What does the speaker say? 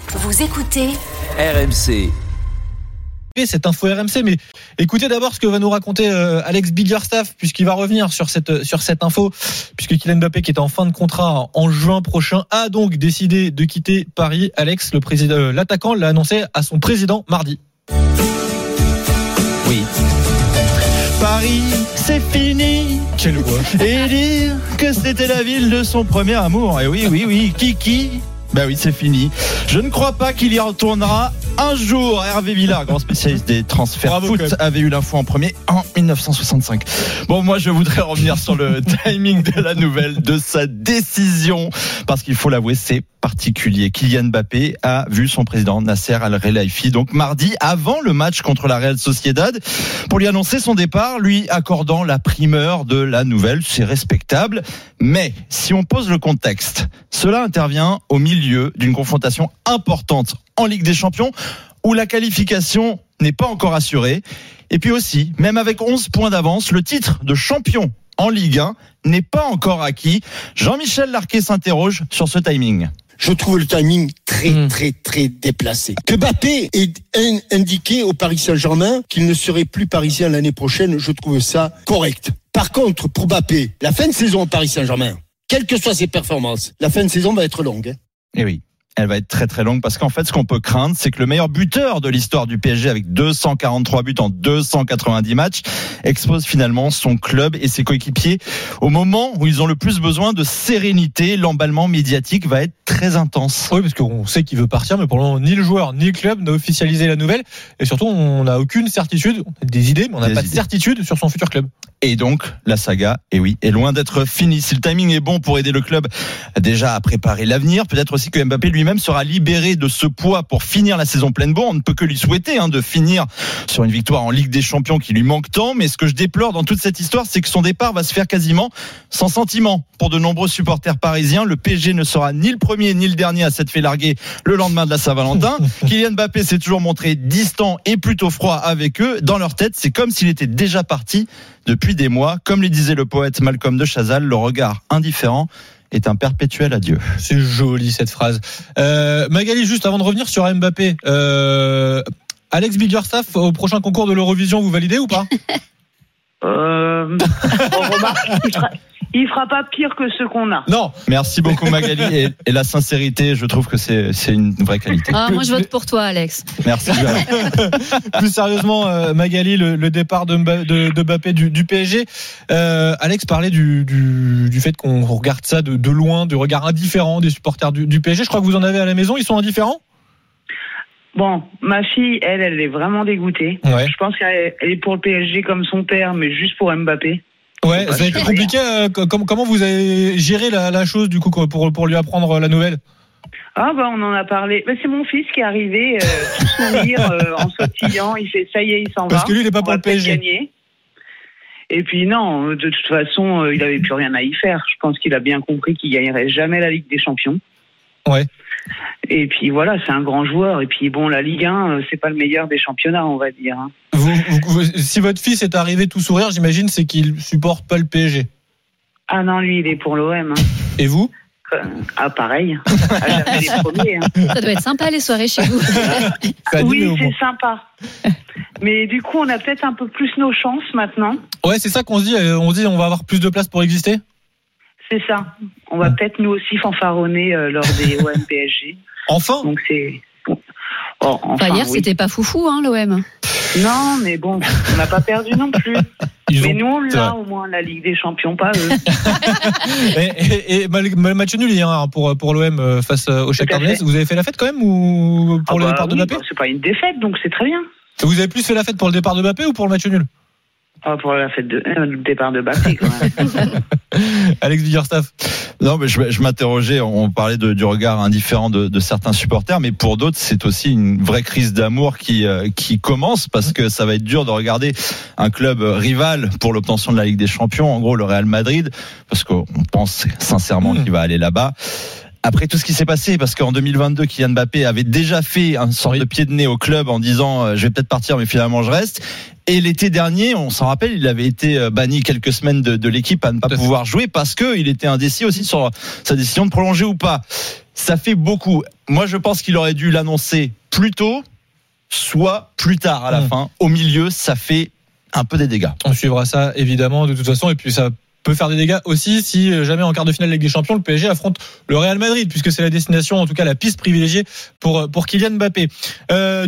Vous écoutez RMC. Cette info RMC, mais écoutez d'abord ce que va nous raconter Alex Biggerstaff, puisqu'il va revenir sur cette info, puisque Kylian Mbappé, qui est en fin de contrat en juin prochain, a donc décidé de quitter Paris. Alex, l'attaquant, l'a annoncé à son président mardi. Oui. Paris, c'est fini. Quelle voix. Et dire que c'était la ville de son premier amour. Et oui, Kiki. Ben oui, c'est fini. Je ne crois pas qu'il y retournera un jour. Hervé Villard, grand spécialiste des transferts foot, avait eu l'info en premier en 1965. Bon, moi, je voudrais revenir sur le timing de la nouvelle, de sa décision, parce qu'il faut l'avouer, c'est particulier. Kylian Mbappé a vu son président Nasser Al-Khelaifi donc mardi, avant le match contre la Real Sociedad, pour lui annoncer son départ, lui accordant la primeur de la nouvelle. C'est respectable, mais si on pose le contexte, cela intervient au milieu d'une confrontation importante en Ligue des Champions, où la qualification n'est pas encore assurée. Et puis aussi, même avec 11 points d'avance, le titre de champion en Ligue 1 n'est pas encore acquis. Jean-Michel Larquet s'interroge sur ce timing. Je trouve le timing très déplacé. Que Mbappé ait indiqué au Paris Saint-Germain qu'il ne serait plus parisien l'année prochaine, je trouve ça correct. Par contre, pour Mbappé, la fin de saison au Paris Saint-Germain, quelles que soient ses performances, la fin de saison va être longue. Eh oui. Elle va être très longue parce qu'en fait, ce qu'on peut craindre, c'est que le meilleur buteur de l'histoire du PSG, avec 243 buts en 290 matchs, expose finalement son club et ses coéquipiers au moment où ils ont le plus besoin de sérénité. L'emballement médiatique va être très intense. Oui, parce qu'on sait qu'il veut partir, mais pour le moment, ni le joueur ni le club n'a officialisé la nouvelle. Et surtout, on n'a aucune certitude, on a des idées, mais on n'a pas de certitude sur son futur club. Et donc, la saga, est loin d'être finie. Si le timing est bon pour aider le club déjà à préparer l'avenir, peut-être aussi que Mbappé lui-même sera libéré de ce poids pour finir la saison pleine bourre. On ne peut que lui souhaiter de finir sur une victoire en Ligue des Champions qui lui manque tant. Mais ce que je déplore dans toute cette histoire, c'est que son départ va se faire quasiment sans sentiment. Pour de nombreux supporters parisiens, le PSG ne sera ni le premier ni le dernier à s'être fait larguer le lendemain de la Saint-Valentin. Kylian Mbappé s'est toujours montré distant et plutôt froid avec eux. Dans leur tête, c'est comme s'il était déjà parti depuis des mois. Comme le disait le poète Malcolm de Chazal, le regard indifférent est un perpétuel adieu. C'est joli cette phrase. Magali, juste avant de revenir sur Mbappé, Alex Biggerstaff, au prochain concours de l'Eurovision, vous validez ou pas? Il fera pas pire que ceux qu'on a. Non. Merci beaucoup Magali et la sincérité, je trouve que c'est une vraie qualité. Moi je vote pour toi Alex. Merci. Plus sérieusement Magali, le départ de Mbappé du PSG. Alex parlait du fait qu'on regarde ça de loin, du regard indifférent des supporters du PSG. Je crois que vous en avez à la maison, ils sont indifférents? Bon, ma fille, elle est vraiment dégoûtée. Ouais. Je pense qu'elle est pour le PSG comme son père, mais juste pour Mbappé. Ouais, ça a été compliqué. Comment vous avez géré la chose du coup pour lui apprendre la nouvelle? On en a parlé. C'est mon fils qui est arrivé, tout sourire, en sautillant. Il fait ça y est, il s'en va. Parce que lui, il n'est pas pour le PSG. Gagner. Et puis non, de toute façon, il n'avait plus rien à y faire. Je pense qu'il a bien compris qu'il gagnerait jamais la Ligue des Champions. Ouais. Et puis voilà, c'est un grand joueur. Et puis bon, la Ligue 1, c'est pas le meilleur des championnats, on va dire. Si votre fils est arrivé tout sourire, j'imagine, c'est qu'il supporte pas le PSG. Ah non, lui, il est pour l'OM. Et vous? Pareil. Jamais les premiers. Ça doit être sympa les soirées chez vous. Oui, c'est sympa. Mais du coup, on a peut-être un peu plus nos chances maintenant. Ouais, c'est ça qu'on se dit. On dit on va avoir plus de place pour exister. C'est ça. On va peut-être nous aussi fanfaronner lors des OM PSG. Enfin. Donc c'est. Hier, c'était pas foufou, l'OM. Non, mais bon, on n'a pas perdu non plus. Mais nous, on l'a au moins, la Ligue des Champions, pas eux. et match nul hier pour l'OM face au Shakhtar Donetsk. Vous avez fait la fête quand même ou pour le départ de Mbappé? C'est pas une défaite, donc c'est très bien. Vous avez plus fait la fête pour le départ de Mbappé ou pour le match nul? Pour la fête le départ de Mbappé, quand même. Alex Biggerstaff. Non, mais je m'interrogeais, on parlait du regard indifférent de certains supporters, mais pour d'autres, c'est aussi une vraie crise d'amour qui commence, parce que ça va être dur de regarder un club rival pour l'obtention de la Ligue des Champions, en gros le Real Madrid, parce qu'on pense sincèrement qu'il va aller là-bas. Après tout ce qui s'est passé, parce qu'en 2022, Kylian Mbappé avait déjà fait un sorte de pied de nez au club en disant je vais peut-être partir, mais finalement je reste. Et l'été dernier, on s'en rappelle, il avait été banni quelques semaines de l'équipe à ne pas pouvoir jouer parce qu'il était indécis aussi sur sa décision de prolonger ou pas. Ça fait beaucoup. Moi, je pense qu'il aurait dû l'annoncer plus tôt, soit plus tard à la fin. Au milieu, ça fait un peu des dégâts. On suivra ça évidemment de toute façon, et puis ça peut faire des dégâts aussi si jamais en quart de finale de Ligue des Champions le PSG affronte le Real Madrid, puisque c'est la destination, en tout cas la piste privilégiée pour Kylian Mbappé.